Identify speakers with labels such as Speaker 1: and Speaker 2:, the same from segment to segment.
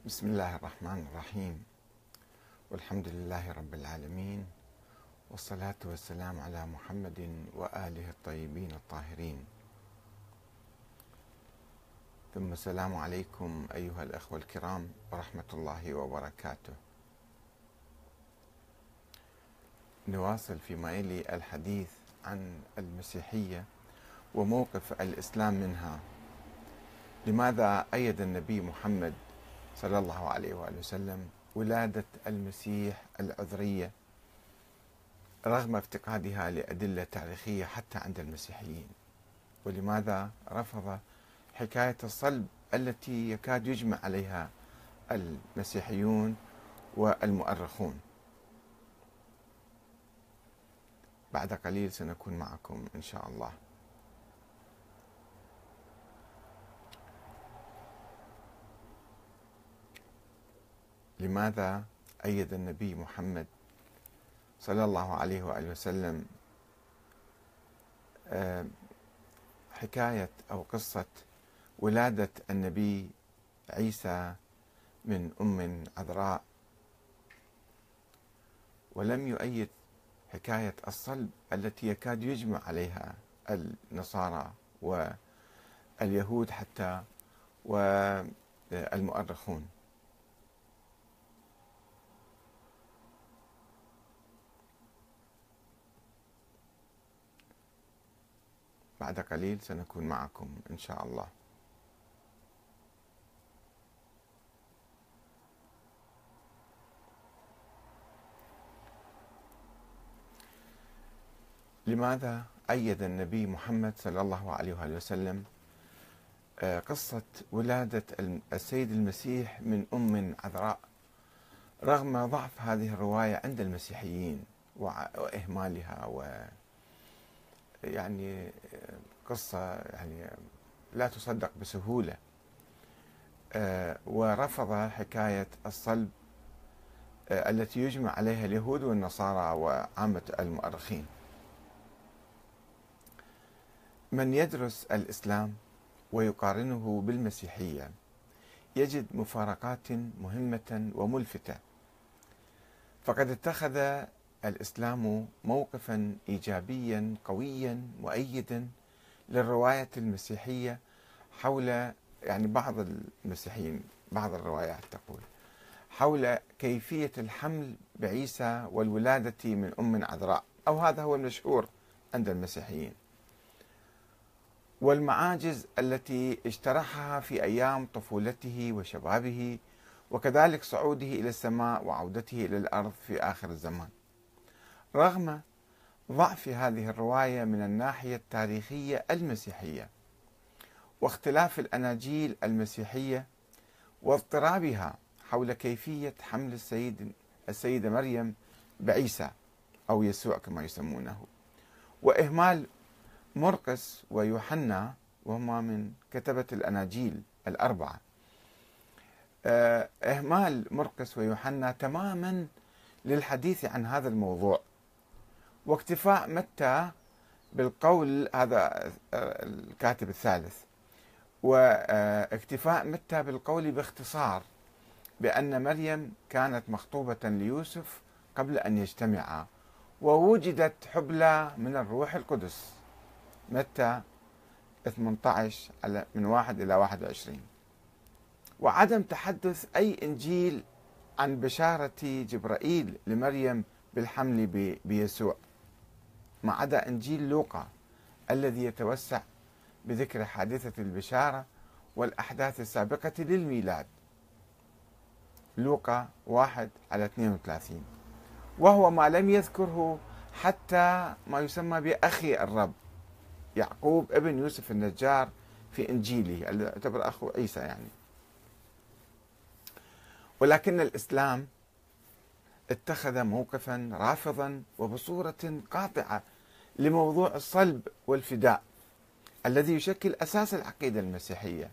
Speaker 1: بسم الله الرحمن الرحيم، والحمد لله رب العالمين، والصلاة والسلام على محمد وآله الطيبين الطاهرين. ثم السلام عليكم أيها الأخوة الكرام ورحمة الله وبركاته. نواصل فيما يلي الحديث عن المسيحية وموقف الإسلام منها. لماذا أيد النبي محمد صلى الله عليه وآله وسلم ولادة المسيح العذرية رغم افتقادها لأدلة تاريخية حتى عند المسيحيين؟ ولماذا رفض حكاية الصلب التي يكاد يجمع عليها المسيحيون والمؤرخون؟ بعد قليل سنكون معكم إن شاء الله. لماذا أيد النبي محمد صلى الله عليه وآله وسلم حكاية أو قصة ولادة النبي عيسى من أم عذراء، ولم يؤيد حكاية الصلب التي يكاد يجمع عليها النصارى واليهود حتى والمؤرخون؟ بعد قليل سنكون معكم إن شاء الله. لماذا أيد النبي محمد صلى الله عليه وآله وسلم قصة ولادة السيد المسيح من أم عذراء رغم ضعف هذه الرواية عند المسيحيين وإهمالها يعني قصة لا تصدق بسهولة، ورفض حكاية الصلب التي يجمع عليها اليهود والنصارى وعامة المؤرخين؟ من يدرس الإسلام ويقارنه بالمسيحية يجد مفارقات مهمة وملفتة، فقد اتخذ الإسلام موقفا إيجابيا قويا مؤيدا للرواية المسيحية حول بعض المسيحيين بعض الروايات تقول حول كيفية الحمل بعيسى والولادة من أم عذراء، أو هذا هو المشهور عند المسيحيين، والمعاجز التي اجترحها في أيام طفولته وشبابه، وكذلك صعوده إلى السماء وعودته إلى الأرض في آخر الزمان. رغم ضعف هذه الرواية من الناحية التاريخية المسيحية واختلاف الأناجيل المسيحية واضطرابها حول كيفية حمل السيدة مريم بعيسى أو يسوع كما يسمونه، وإهمال مرقس ويوحنا وهما من كتبة الأناجيل الأربعة، إهمال مرقس ويوحنا تماما للحديث عن هذا الموضوع، واكتفاء متى بالقول، هذا الكاتب الثالث، واكتفاء متى بالقول باختصار بأن مريم كانت مخطوبة ليوسف قبل أن يجتمعا ووجدت حبلى من الروح القدس، متى 18 من 1 إلى 21. وعدم تحدث أي إنجيل عن بشارة جبرائيل لمريم بالحمل بيسوع، ما عدا إنجيل لوقا الذي يتوسع بذكر حادثة البشارة والأحداث السابقة للميلاد، لوقا 1:32، وهو ما لم يذكره حتى ما يسمى بأخي الرب يعقوب ابن يوسف النجار في إنجيله، اللي يعتبر أخو عيسى ولكن الإسلام اتخذ موقفا رافضا وبصورة قاطعة لموضوع الصلب والفداء الذي يشكل أساس العقيدة المسيحية،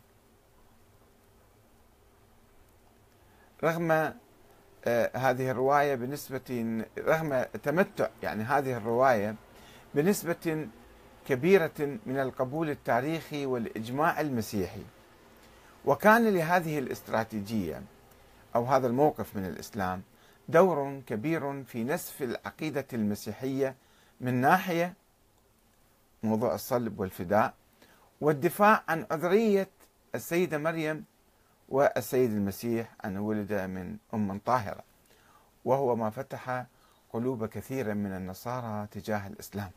Speaker 1: رغم هذه الرواية رغم تمتع هذه الرواية بنسبة كبيرة من القبول التاريخي والإجماع المسيحي. وكان لهذه الاستراتيجية أو هذا الموقف من الإسلام دور كبير في نسف العقيدة المسيحية من ناحية موضوع الصلب والفداء، والدفاع عن عذرية السيدة مريم والسيد المسيح أنه ولد من أم طاهرة، وهو ما فتح قلوب كثير من النصارى تجاه الإسلام.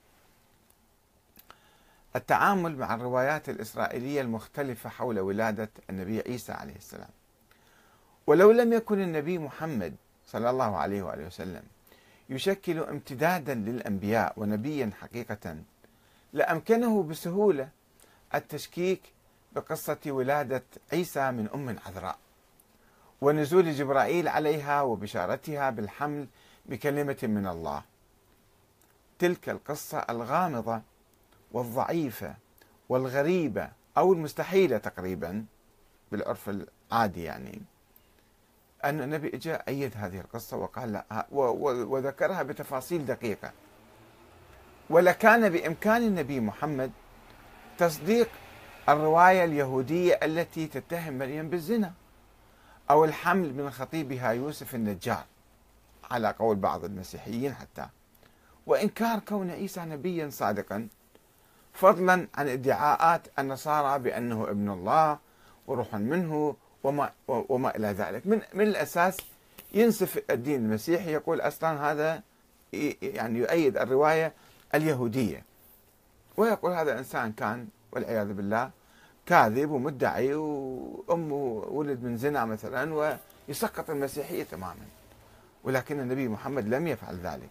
Speaker 1: التعامل مع الروايات الإسرائيلية المختلفة حول ولادة النبي عيسى عليه السلام. ولو لم يكن النبي محمد صلى الله عليه وآله وسلم يشكل امتدادا للأنبياء ونبيا حقيقة، لأمكنه بسهولة التشكيك بقصة ولادة عيسى من أم عذراء، ونزول جبرائيل عليها وبشارتها بالحمل بكلمة من الله. تلك القصة الغامضة والضعيفة والغريبة أو المستحيلة تقريبا بالعرف العادي، يعني أن النبي جاء أيد هذه القصة وقال لا وذكرها بتفاصيل دقيقة. ولكان بإمكان النبي محمد تصديق الرواية اليهودية التي تتهم مريم بالزنا أو الحمل من خطيبها يوسف النجار على قول بعض المسيحيين حتى، وإنكار كون عيسى نبيا صادقا، فضلا عن ادعاءات النصارى بأنه ابن الله وروح منه وما إلى ذلك. من الأساس ينسف الدين المسيحي، يقول أصلا هذا يعني يؤيد الرواية اليهودية، ويقول هذا إنسان كان والعياذ بالله كاذب ومدعي وأمه ولد من زنا مثلا، ويسقط المسيحية تماما. ولكن النبي محمد لم يفعل ذلك.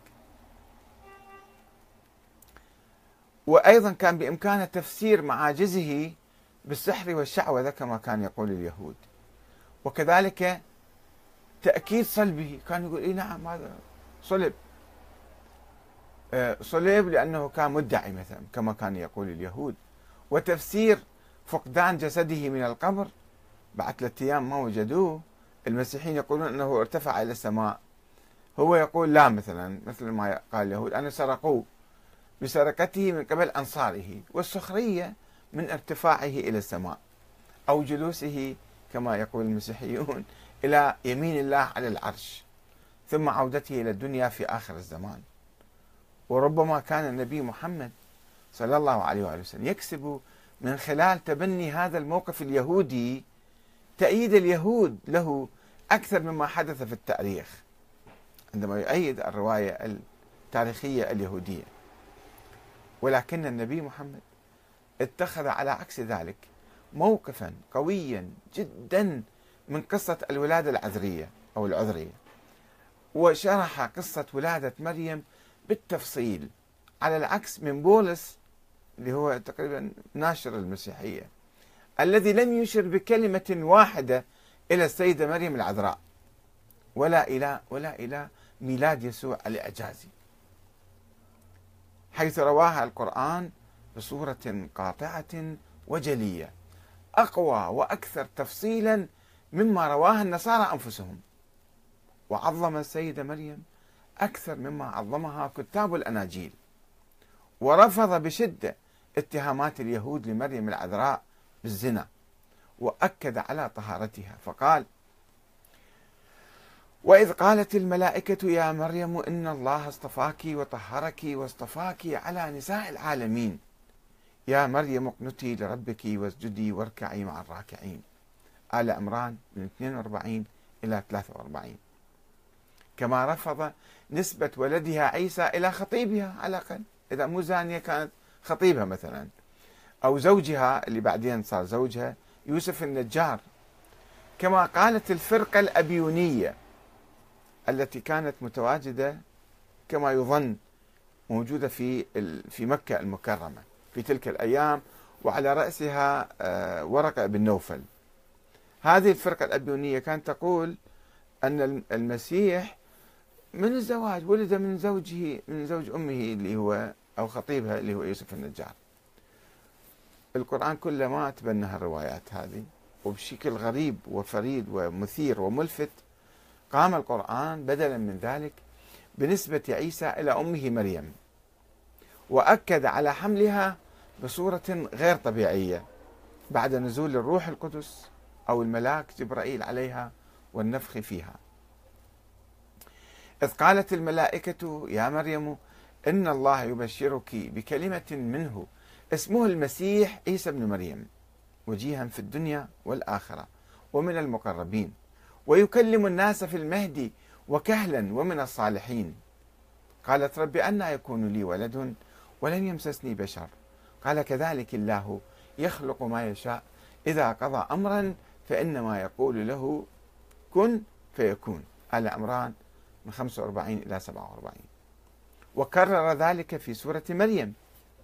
Speaker 1: وأيضا كان بإمكانه تفسير معاجزه بالسحر والشعوذة كما كان يقول اليهود، وكذلك تأكيد صلبه. كان يقول إيه نعم هذا صلب، صلب لأنه كان مدعي مثلا كما كان يقول اليهود، وتفسير فقدان جسده من القبر بعد 3 أيام ما وجدوه. المسيحيين يقولون أنه ارتفع إلى السماء، هو يقول لا، مثل ما قال اليهود أن سرقوه بسرقته من قبل أنصاره، والسخرية من ارتفاعه إلى السماء أو جلوسه كما يقول المسيحيون إلى يمين الله على العرش، ثم عودته إلى الدنيا في آخر الزمان. وربما كان النبي محمد صلى الله عليه وآله وسلم يكسب من خلال تبني هذا الموقف اليهودي تأييد اليهود له أكثر مما حدث في التاريخ عندما يؤيد الرواية التاريخية اليهودية. ولكن النبي محمد اتخذ على عكس ذلك موقفا قويا جدا من قصة الولادة العذرية أو العذرية، وشرح قصة ولادة مريم بالتفصيل، على العكس من بولس اللي هو تقريبا ناشر المسيحية، الذي لم يشر بكلمة واحدة إلى السيدة مريم العذراء ولا إلى ميلاد يسوع الإعجازي، حيث رواها القرآن بصورة قاطعة وجلية أقوى وأكثر تفصيلا مما رواها النصارى أنفسهم، وعظم السيدة مريم أكثر مما عظمها كتاب الأناجيل، ورفض بشدة اتهامات اليهود لمريم العذراء بالزنا، وأكد على طهارتها فقال: وإذ قالت الملائكة يا مريم إن الله اصطفاك وطهرك واصطفاك على نساء العالمين، يا مريم اقنتي لربك واسجدي واركعي مع الراكعين. آل عمران من 42 إلى 43. كما رفض نسبة ولدها عيسى إلى خطيبها، على الأقل إذا مو زانية كانت خطيبها مثلا، أو زوجها اللي بعدين صار زوجها يوسف النجار. كما قالت الفرقة الأبيونية التي كانت متواجدة كما يظن موجودة في مكة المكرمة في تلك الأيام، وعلى رأسها ورقة بن نوفل. هذه الفرقة الأبيونية كانت تقول أن المسيح من الزواج ولد من زوج أمه اللي هو أو خطيبها اللي هو يوسف النجار. القرآن كله ما تبنى الروايات هذه، وبشكل غريب وفريد ومثير وملفت قام القرآن بدلا من ذلك بنسبة عيسى إلى أمه مريم، وأكد على حملها بصورة غير طبيعية بعد نزول الروح القدس أو الملاك جبرائيل عليها والنفخ فيها. إذ قالت الملائكة يا مريم إن الله يبشرك بكلمة منه اسمه المسيح عيسى ابن مريم وجيها في الدنيا والآخرة ومن المقربين ويكلم الناس في المهد وكهلا ومن الصالحين. قالت رب أنى يكون لي ولد ولم يمسسني بشر قال كذلك الله يخلق ما يشاء إذا قضى أمرا فإنما يقول له كن فيكون. آل عمران من 45 إلى 47. وكرر ذلك في سورة مريم: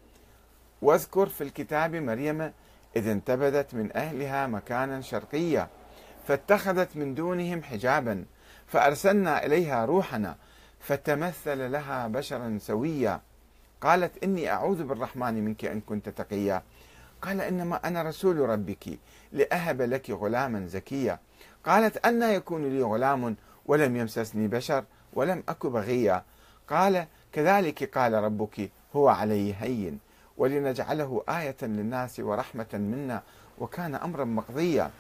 Speaker 1: واذكر في الكتاب مريم إذ انتبذت من أهلها مكانا شرقيا فاتخذت من دونهم حجابا فأرسلنا إليها روحنا فتمثل لها بشرا سويا قالت إني أعوذ بالرحمن منك إن كنت تقيا قال إنما أنا رسول ربك لأهب لك غلاما زكيا قالت أنى يكون لي غلام ولم يمسسني بشر ولم أك بغيا قال كذلك قال ربك هو علي هين ولنجعله آية للناس ورحمة منا وكان أمرا مقضيا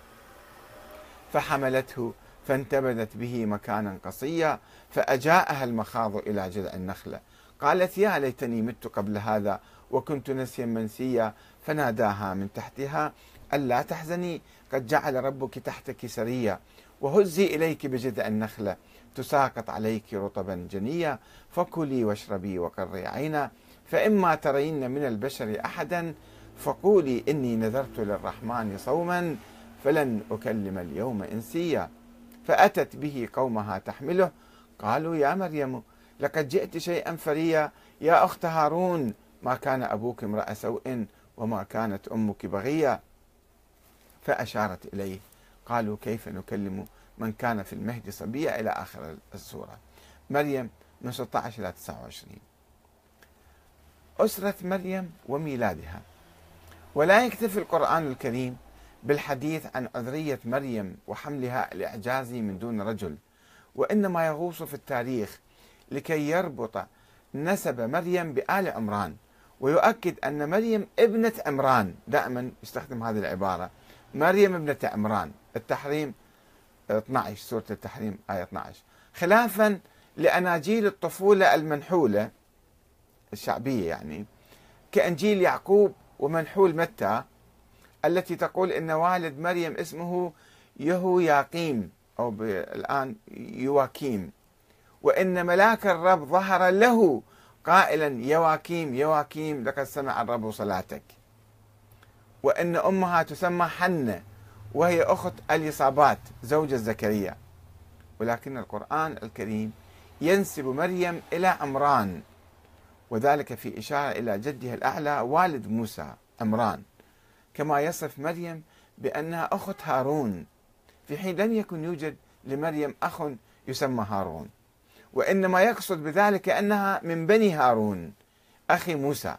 Speaker 1: فحملته فانتبذت به مكانا قصيا فأجاءها المخاض إلى جذع النخلة قالت يا ليتني مت قبل هذا وكنت نسيا منسيا فناداها من تحتها ألا تحزني قد جعل ربك تحتك سريا وهزي إليك بجذع النخلة تساقط عليك رطبا جنيا فكلي واشربي وقري عينا فإما ترين من البشر أحدا فقولي إني نذرت للرحمن صوما فلن أكلم اليوم إنسيا فأتت به قومها تحمله قالوا يا مريم لقد جئت شيئا فريا يا أخت هارون ما كان أبوك امرأ سوء وما كانت أمك بغيا فأشارت إليه قالوا كيف نكلم من كان في المهد صبيا إلى آخر السورة. مريم من 16 إلى 29. أسرة مريم وميلادها. ولا يكتفي القرآن الكريم بالحديث عن عذرية مريم وحملها الإعجازي من دون رجل، وإنما يغوص في التاريخ لكي يربط نسب مريم بآل عمران ويؤكد أن مريم ابنة عمران. دائما يستخدم هذه العبارة مريم ابنة عمران. التحريم 12 سورة التحريم آية 12 خلافا لأناجيل الطفولة المنحولة الشعبية يعني كأنجيل يعقوب ومنحول متى التي تقول إن والد مريم اسمه يهوياقيم أو الآن يواكيم وإن ملاك الرب ظهر له قائلا يواكيم يواكيم لقد سمع الرب صلاتك، وإن أمها تسمى حنة وهي أخت اليصابات زوجة زكريا. ولكن القرآن الكريم ينسب مريم إلى عمران وذلك في إشارة إلى جدها الأعلى والد موسى عمران، كما يصف مريم بأنها أخت هارون في حين لم يكن يوجد لمريم أخ يسمى هارون، وإنما يقصد بذلك أنها من بني هارون أخي موسى.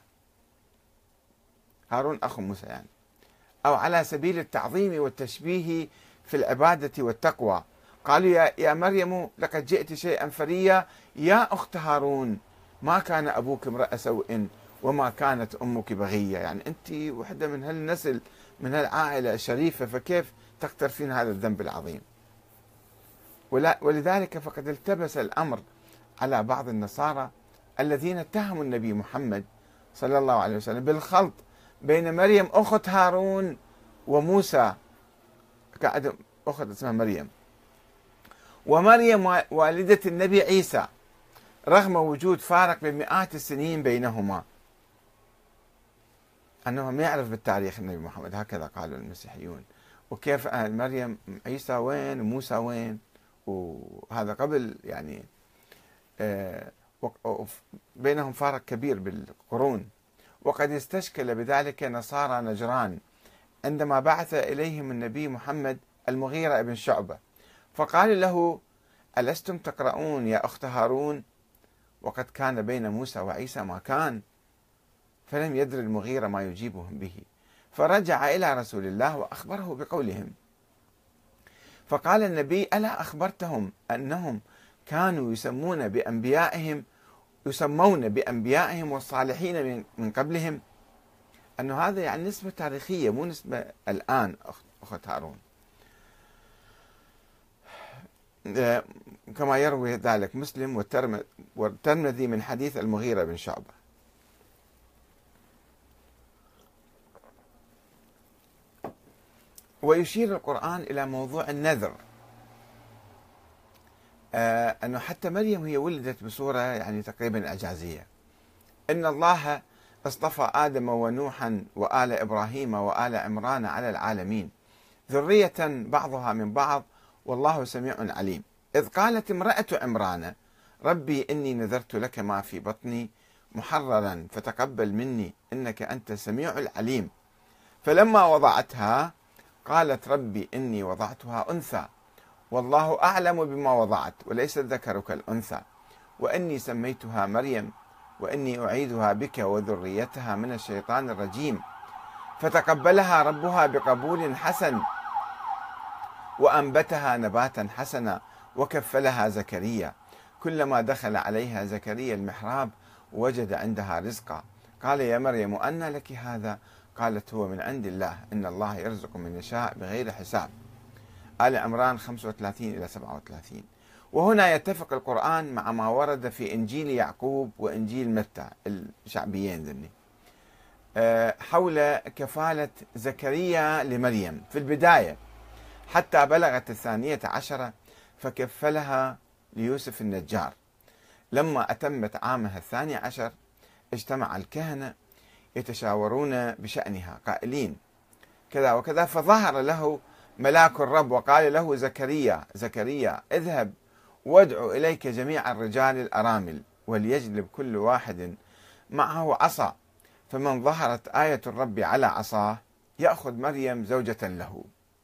Speaker 1: هارون أخو موسى يعني، أو على سبيل التعظيم والتشبيه في العبادة والتقوى. قالوا يا مريم لقد جئت شيئا فريا يا أخت هارون ما كان أبوك امرأ سوء وما كانت أمك بغية، يعني أنت وحدة من هالنسل من هالعائلة الشريفة فكيف تقترفين هذا الذنب العظيم. ولذلك فقد التبس الأمر على بعض النصارى الذين اتهموا النبي محمد صلى الله عليه وسلم بالخلط بين مريم أخت هارون وموسى قاعدة أخت اسمها مريم ومريم والدة النبي عيسى رغم وجود فارق بمئات السنين بينهما. أنه ما يعرف بالتاريخ النبي محمد، هكذا قالوا المسيحيون. وكيف مريم عيسى وين وموسى وين، وهذا قبل يعني بينهم فارق كبير بالقرون. وقد استشكل بذلك نصارى نجران عندما بعث إليهم النبي محمد المغيرة بن شعبة فقال له ألستم تقرؤون يا أخت هارون وقد كان بين موسى وعيسى ما كان، فلم يدر المغيرة ما يجيبهم به، فرجع إلى رسول الله وأخبره بقولهم. فقال النبي ألا أخبرتهم أنهم كانوا يسمون بأنبيائهم والصالحين من قبلهم؟ أنه هذا يعني نسبة تاريخية مو نسبة الآن أخت هارون. كما يروي ذلك مسلم والترمذي من حديث المغيرة بن شعبة. ويشير القرآن إلى موضوع النذر، أنه حتى مريم هي ولدت بصورة يعني تقريبا إعجازية. إن الله اصطفى آدم ونوحا وآل إبراهيم وآل عمران على العالمين ذرية بعضها من بعض والله سميع عليم. إذ قالت امرأة عمران ربي إني نذرت لك ما في بطني محررا فتقبل مني إنك أنت السميع العليم. فلما وضعتها قالت ربي إني وضعتها أنثى والله أعلم بما وضعت وليس الذكر كالأنثى وإني سميتها مريم وإني أعيذها بك وذريتها من الشيطان الرجيم. فتقبلها ربها بقبول حسن وأنبتها نباتا حسنا وكفلها زكريا. كلما دخل عليها زكريا المحراب وجد عندها رزقا قال يا مريم أنى لك هذا؟ قالت هو من عند الله إن الله يرزق من يشاء بغير حساب. آل عمران 35 إلى 37. وهنا يتفق القرآن مع ما ورد في إنجيل يعقوب وإنجيل متى الشعبيين ذني حول كفالة زكريا لمريم في البداية حتى بلغت 12 فكفلها ليوسف النجار. لما أتمت عامها 12 اجتمع الكهنة يتشاورون بشأنها قائلين كذا وكذا، فظهر له ملاك الرب وقال له زكريا اذهب وادعو إليك جميع الرجال الأرامل وليجلب كل واحد معه عصا، فمن ظهرت آية الرب على عصاه يأخذ مريم زوجة له.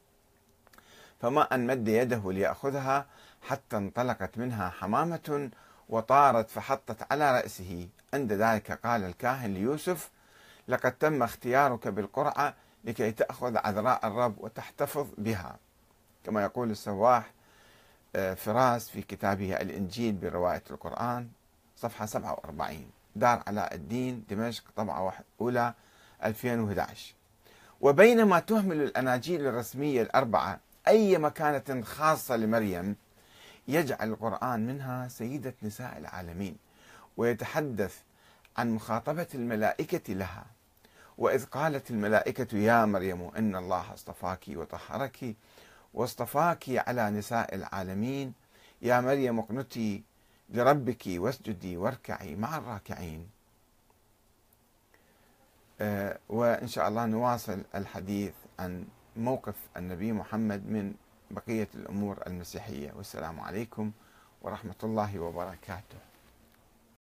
Speaker 1: فما أن مد يده ليأخذها حتى انطلقت منها حمامة وطارت فحطت على رأسه. عند ذلك قال الكاهن ليوسف لقد تم اختيارك بالقرعة لكي تأخذ عذراء الرب وتحتفظ بها، كما يقول السواح فراس في كتابه الإنجيل برواية القرآن صفحة 47، دار علاء الدين دمشق طبعة أولى 2011. وبينما تهمل الأناجيل الرسمية الأربعة أي مكانة خاصة لمريم، يجعل القرآن منها سيدة نساء العالمين ويتحدث عن مخاطبة الملائكة لها. وإذ قالت الملائكة يا مريم إن الله اصطفاك وطهرك واصطفاك على نساء العالمين يا مريم اقنتي لربك واسجدي واركعي مع الراكعين. وإن شاء الله نواصل الحديث عن موقف النبي محمد من بقية الأمور المسيحية. والسلام عليكم ورحمة الله وبركاته.